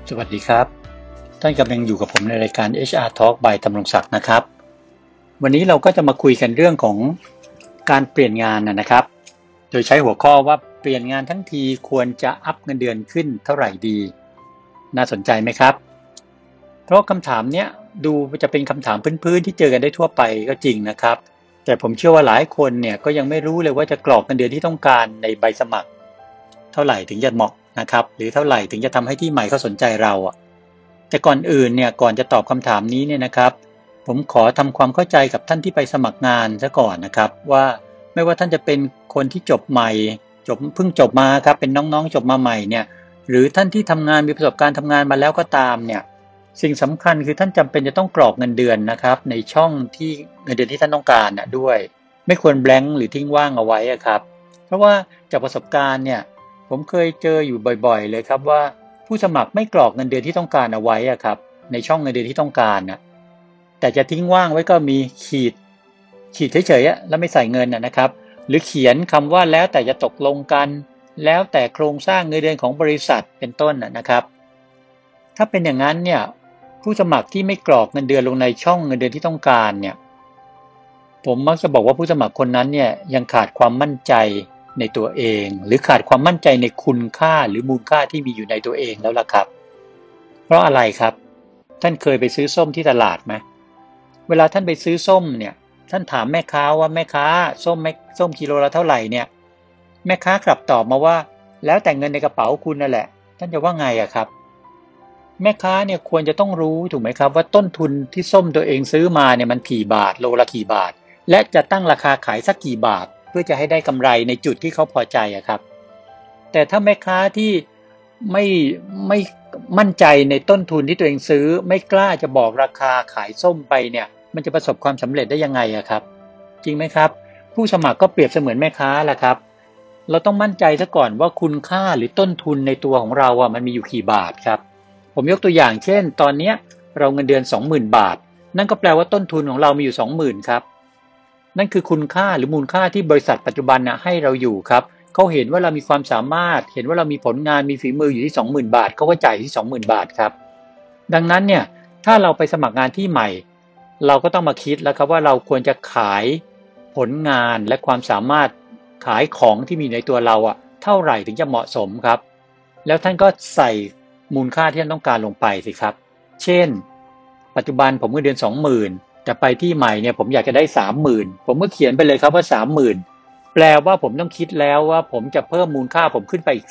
สวัสดีครับท่านกำลังอยู่กับผมในรายการ HR Talk by ธำรงศักดิ์นะครับวันนี้เราก็จะมาคุยกันเรื่องของการเปลี่ยนงานนะครับโดยใช้หัวข้อว่าเปลี่ยนงานทั้งทีควรจะอัพเงินเดือนขึ้นเท่าไหร่ดีน่าสนใจไหมครับเพราะคำถามเนี้ยดูจะเป็นคำถามพื้นๆที่เจอกันได้ทั่วไปก็จริงนะครับแต่ผมเชื่อว่าหลายคนเนี่ยก็ยังไม่รู้เลยว่าจะกรอกเงินเดือนที่ต้องการในใบสมัครเท่าไหร่ถึงจะเหมาะนะครับหรือเท่าไหร่ถึงจะทำให้ที่ใหม่เขาสนใจเราแต่ก่อนอื่นเนี่ยก่อนจะตอบคำถามนี้เนี่ยนะครับผมขอทำความเข้าใจกับท่านที่ไปสมัครงานซะก่อนนะครับว่าไม่ว่าท่านจะเป็นคนที่จบใหม่เพิ่งจบมาครับเป็นน้องๆจบมาใหม่เนี่ยหรือท่านที่ทำงานมีประสบการณ์ทำงานมาแล้วก็ตามเนี่ยสิ่งสำคัญคือท่านจำเป็นจะต้องกรอกเงินเดือนนะครับในช่องที่เงินเดือนที่ท่านต้องการด้วยไม่ควรแบงค์หรือทิ้งว่างเอาไว้ครับเพราะว่าจากประสบการณ์เนี่ยผมเคยเจออยู่บ่อยๆเลยครับว่าผู้สมัครไม่กรอกเงินเดือนที่ต้องการเอาไว้ครับในช่องเงินเดือนที่ต้องการแต่จะทิ้งว่างไว้ก็มีขีดเฉยๆแล้วไม่ใส่เงินนะครับหรือเขียนคำว่าแล้วแต่จะตกลงกันแล้วแต่โครงสร้างเงินเดือนของบริษัทเป็นต้นนะครับถ้าเป็นอย่างนั้นเนี่ยผู้สมัครที่ไม่กรอกเงินเดือนลงในช่องเงินเดือนที่ต้องการเนี่ยผมมักจะบอกว่าผู้สมัครคนนั้นเนี่ยยังขาดความมั่นใจในตัวเองหรือขาดความมั่นใจในคุณค่าหรือมูลค่าที่มีอยู่ในตัวเองแล้วล่ะครับเพราะอะไรครับท่านเคยไปซื้อส้มที่ตลาดไหมเวลาท่านไปซื้อส้มเนี่ยท่านถามแม่ค้าว่าแม่ค้าส้มกิโลละเท่าไหร่เนี่ยแม่ค้ากลับตอบมาว่าแล้วแต่เงินในกระเป๋าคุณนั่นแหละท่านจะว่าไงครับแม่ค้าเนี่ยควรจะต้องรู้ถูกไหมครับว่าต้นทุนที่ส้มตัวเองซื้อมาเนี่ยมันกี่บาทโลละกี่บาทและจะตั้งราคาขายสักกี่บาทเพื่อจะให้ได้กำไรในจุดที่เขาพอใจครับแต่ถ้าแม่ค้าที่ไม่ไม่มั่นใจในต้นทุนที่ตัวเองซื้อไม่กล้าจะบอกราคาขายส้มไปเนี่ยมันจะประสบความสำเร็จได้ยังไงครับจริงไหมครับผู้สมัครก็เปรียบเสมือนแม่ค้าแหละครับเราต้องมั่นใจซะก่อนว่าคุณค่าหรือต้นทุนในตัวของเรามันมีอยู่กี่บาทครับผมยกตัวอย่างเช่นตอนนี้เราเงินเดือน 20,000 บาทนั่นก็แปลว่าต้นทุนของเรามีอยู่ 20,000 ครับนั่นคือคุณค่าหรือมูลค่าที่บริษัทปัจจุบันให้เราอยู่ครับเขาเห็นว่าเรามีความสามารถเห็นว่าเรามีผลงานมีฝีมืออยู่ที่ 20,000 บาทเขาก็จ่ายที่ 20,000 บาทครับดังนั้นเนี่ยถ้าเราไปสมัครงานที่ใหม่เราก็ต้องมาคิดแล้วครับว่าเราควรจะขายผลงานและความสามารถขายของที่มีในตัวเราเท่าไหร่ถึงจะเหมาะสมครับแล้วท่านก็ใส่มูลค่าที่ท่านต้องการลงไปสิครับเช่นปัจจุบันผมเงินเดือน 20,000แต่ไปที่ใหม่เนี่ยผมอยากจะได้ 30,000ผมก็เขียนไปเลยครับว่า 30,000แปลว่าผมต้องคิดแล้วว่าผมจะเพิ่มมูลค่าผมขึ้นไปอีก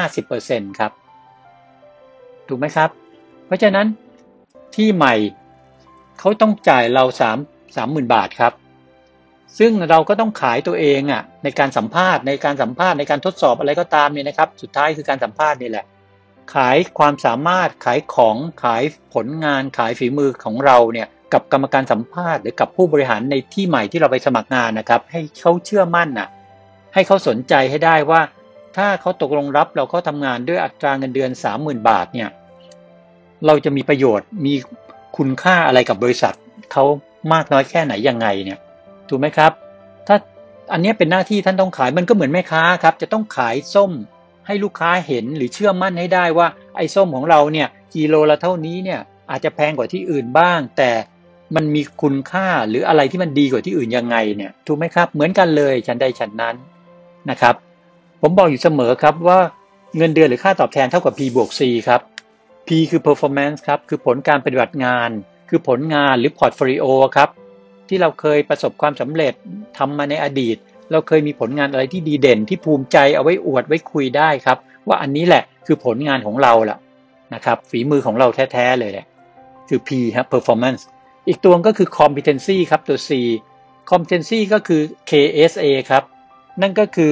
50% ครับถูกไหมครับเพราะฉะนั้นที่ใหม่เขาต้องจ่ายเรา30,000 บาทครับซึ่งเราก็ต้องขายตัวเองในการสัมภาษณ์ในการทดสอบอะไรก็ตามเนี่ยนะครับสุดท้ายคือการสัมภาษณ์นี่แหละขายความสามารถขายของขายผลงานขายฝีมือของเราเนี่ยกับกรรมการสัมภาษณ์หรือกับผู้บริหารในที่ใหม่ที่เราไปสมัครงานนะครับให้เขาเชื่อมั่นให้เขาสนใจให้ได้ว่าถ้าเขาตกลงรับเราเขาทำงานด้วยอัตราเงินเดือน 30,000 บาทเนี่ยเราจะมีประโยชน์มีคุณค่าอะไรกับบริษัทเขามากน้อยแค่ไหนยังไงเนี่ยถูกไหมครับถ้าอันนี้เป็นหน้าที่ท่านต้องขายมันก็เหมือนแม่ค้าครับจะต้องขายส้มให้ลูกค้าเห็นหรือเชื่อมั่นให้ได้ว่าไอ้ส้มของเราเนี่ยกิโลละเท่านี้เนี่ยอาจจะแพงกว่าที่อื่นบ้างแต่มันมีคุณค่าหรืออะไรที่มันดีกว่าที่อื่นยังไงเนี่ยถูกไหมครับเหมือนกันเลยฉันใดฉันนั้นนะครับผมบอกอยู่เสมอครับว่าเงินเดือนหรือค่าตอบแทนเท่ากับ P บวก C ครับ P คือ performance ครับคือผลการปฏิบัติงานคือผลงานหรือ portfolio ครับที่เราเคยประสบความสำเร็จทำมาในอดีตเราเคยมีผลงานอะไรที่ดีเด่นที่ภูมิใจเอาไว้อวดไว้คุยได้ครับว่าอันนี้แหละคือผลงานของเราล่ะนะครับฝีมือของเราแท้ๆเลยแหละคือ P ครับ performance อีกตัวก็คือ competency ครับตัว C competency ก็คือ KSA ครับนั่นก็คือ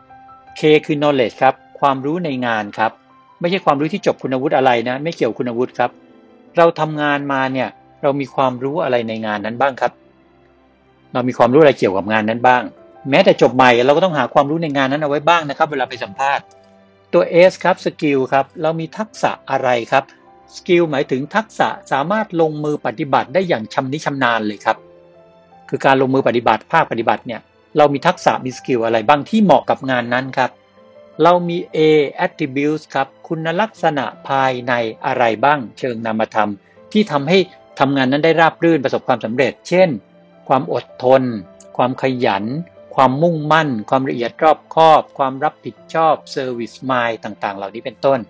K คือ knowledge ครับความรู้ในงานครับไม่ใช่ความรู้ที่จบคุณวุฒิอะไรนะไม่เกี่ยวคุณวุฒิครับเราทำงานมาเนี่ยเรามีความรู้อะไรในงานนั้นบ้างครับเรามีความรู้อะไรเกี่ยวกับงานนั้นบ้างแม้แต่จบใหม่เราก็ต้องหาความรู้ในงานนั้นเอาไว้บ้างนะครับเวลาไปสัมภาษณ์ตัว S ครับสกิลครับเรามีทักษะอะไรครับสกิลหมายถึงทักษะสามารถลงมือปฏิบัติได้อย่างชำนิชำนาญเลยครับคือการลงมือปฏิบัติภาคปฏิบัติเนี่ยเรามีทักษะมีสกิลอะไรบ้างที่เหมาะกับงานนั้นครับเรามี A attributes ครับคุณลักษณะภายในอะไรบ้างเชิงนามธรรมที่ทำให้ทำงานนั้นได้ราบรื่นประสบความสำเร็จเช่นความอดทนความขยันความมุ่งมั่นความละเอียดรอบคอบความรับผิดชอบ service mind ต่างๆเหล่านี้เป็นต้น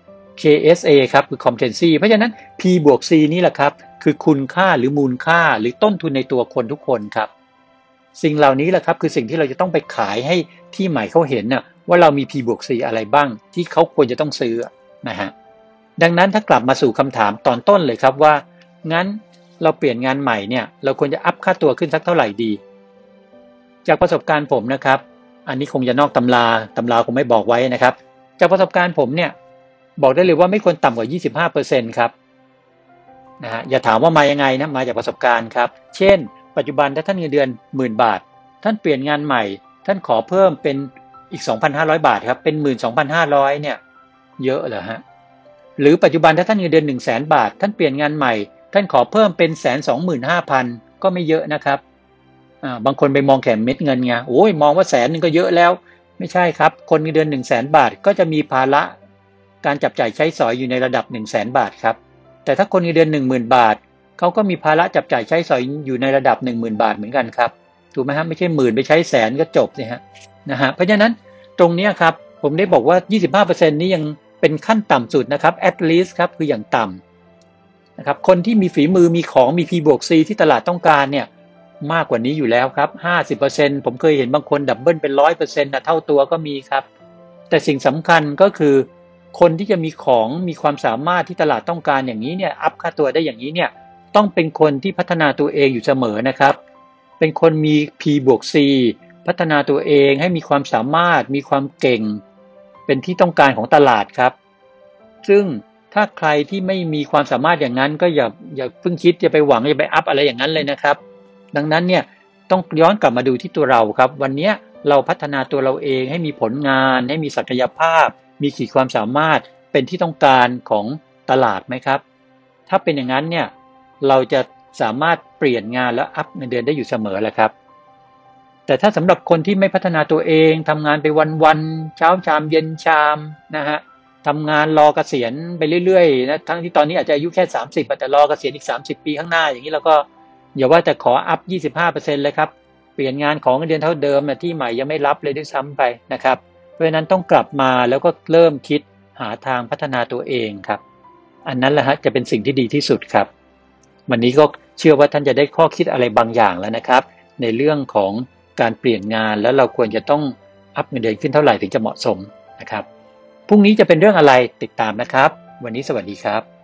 KSA ครับคือ competency เพราะฉะนั้น P บวก C นี่แหละครับคือคุณค่าหรือมูลค่าหรือต้นทุนในตัวคนทุกคนครับสิ่งเหล่านี้แหละครับคือสิ่งที่เราจะต้องไปขายให้ที่ใหม่เขาเห็นน่ะว่าเรามี P บวก C อะไรบ้างที่เขาควรจะต้องซื้อนะฮะดังนั้นถ้ากลับมาสู่คำถามตอนต้นเลยครับว่างั้นเราเปลี่ยนงานใหม่เนี่ยเราควรจะอัพค่าตัวขึ้นสักเท่าไหร่ดีจากประสบการณ์ผมนะครับอันนี้คงจะนอกตำราคงไม่บอกไว้นะครับจากประสบการณ์ผมเนี่ยบอกได้เลยว่าไม่ควรต่ำกว่า 25% ครับนะฮะอย่าถามว่ามายังไงนะมาจากประสบการณ์ครับเช่นปัจจุบันถ้าท่านเงินเดือน10,000 บาทท่านเปลี่ยนงานใหม่ท่านขอเพิ่มเป็นอีก 2,500 บาทครับเป็น 12,500 เนี่ยเยอะเหรอฮะหรือปัจจุบันถ้าท่านเงินเดือน100,000 บาทท่านเปลี่ยนงานใหม่ท่านขอเพิ่มเป็น125,000ก็ไม่เยอะนะครับบางคนไปมองแค่เม็ดเงินไงโอ้ยมองว่า100,000ก็เยอะแล้วไม่ใช่ครับคนเงินเดือน100,000 บาทก็จะมีภาระการจับจ่ายใช้สอยอยู่ในระดับ100,000 บาทครับแต่ถ้าคนเงินเดือน10,000 บาทเขาก็มีภาระจับจ่ายใช้สอยอยู่ในระดับ10,000 บาทเหมือนกันครับถูกไหมฮะไม่ใช่10,000ไปใช้100,000ก็จบสิฮะนะฮะเพราะฉะนั้นตรงนี้ครับผมได้บอกว่า 25% นี้ยังเป็นขั้นต่ำสุดนะครับ at least ครับคืออย่างต่ำนะครับคนที่มีฝีมือมีของมี P บวก C ที่ตลาดต้องการเนี่ยมากกว่านี้อยู่แล้วครับ 50% ผมเคยเห็นบางคนดับเบิลเป็น 100% นะเท่าตัวก็มีครับแต่สิ่งสำคัญก็คือคนที่จะมีของมีความสามารถที่ตลาดต้องการอย่างนี้เนี่ยอัพค่าตัวได้อย่างนี้เนี่ยต้องเป็นคนที่พัฒนาตัวเองอยู่เสมอนะครับเป็นคนมี P บวก C พัฒนาตัวเองให้มีความสามารถมีความเก่งเป็นที่ต้องการของตลาดครับซึ่งถ้าใครที่ไม่มีความสามารถอย่างนั้นก็อย่าเพิ่งคิดจะไปหวังจะไปอัพอะไรอย่างนั้นเลยนะครับดังนั้นเนี่ยต้องย้อนกลับมาดูที่ตัวเราครับวันนี้เราพัฒนาตัวเราเองให้มีผลงานให้มีศักยภาพมีขีดความสามารถเป็นที่ต้องการของตลาดไหมครับถ้าเป็นอย่างนั้นเนี่ยเราจะสามารถเปลี่ยนงานแล้วอัพเงินเดือนได้อยู่เสมอแหละครับ แต่ถ้าสำหรับคนที่ไม่พัฒนาตัวเองทำงานไปวันๆเช้าชามเย็นชามนะฮะทำงานรอเกษียณไปเรื่อยๆนะทั้งที่ตอนนี้อาจจะอายุแค่30แต่รอเกษียณอีก30 ปีข้างหน้าอย่างนี้เราก็อย่าว่าแต่ขออัพ 25% เลยครับเปลี่ยนงานของเงินเดือนเท่าเดิมนะที่ใหม่ยังไม่รับเลยด้วยซ้ำไปนะครับเพราะฉะนั้นต้องกลับมาแล้วก็เริ่มคิดหาทางพัฒนาตัวเองครับอันนั้นแหละฮะจะเป็นสิ่งที่ดีที่สุดครับวันนี้ก็เชื่อว่าท่านจะได้ข้อคิดอะไรบางอย่างแล้วนะครับในเรื่องของการเปลี่ยนงานแล้วเราควรจะต้องอัพเงินเดือนขึ้นเท่าไหร่ถึงจะเหมาะสมนะครับพรุ่งนี้จะเป็นเรื่องอะไรติดตามนะครับวันนี้สวัสดีครับ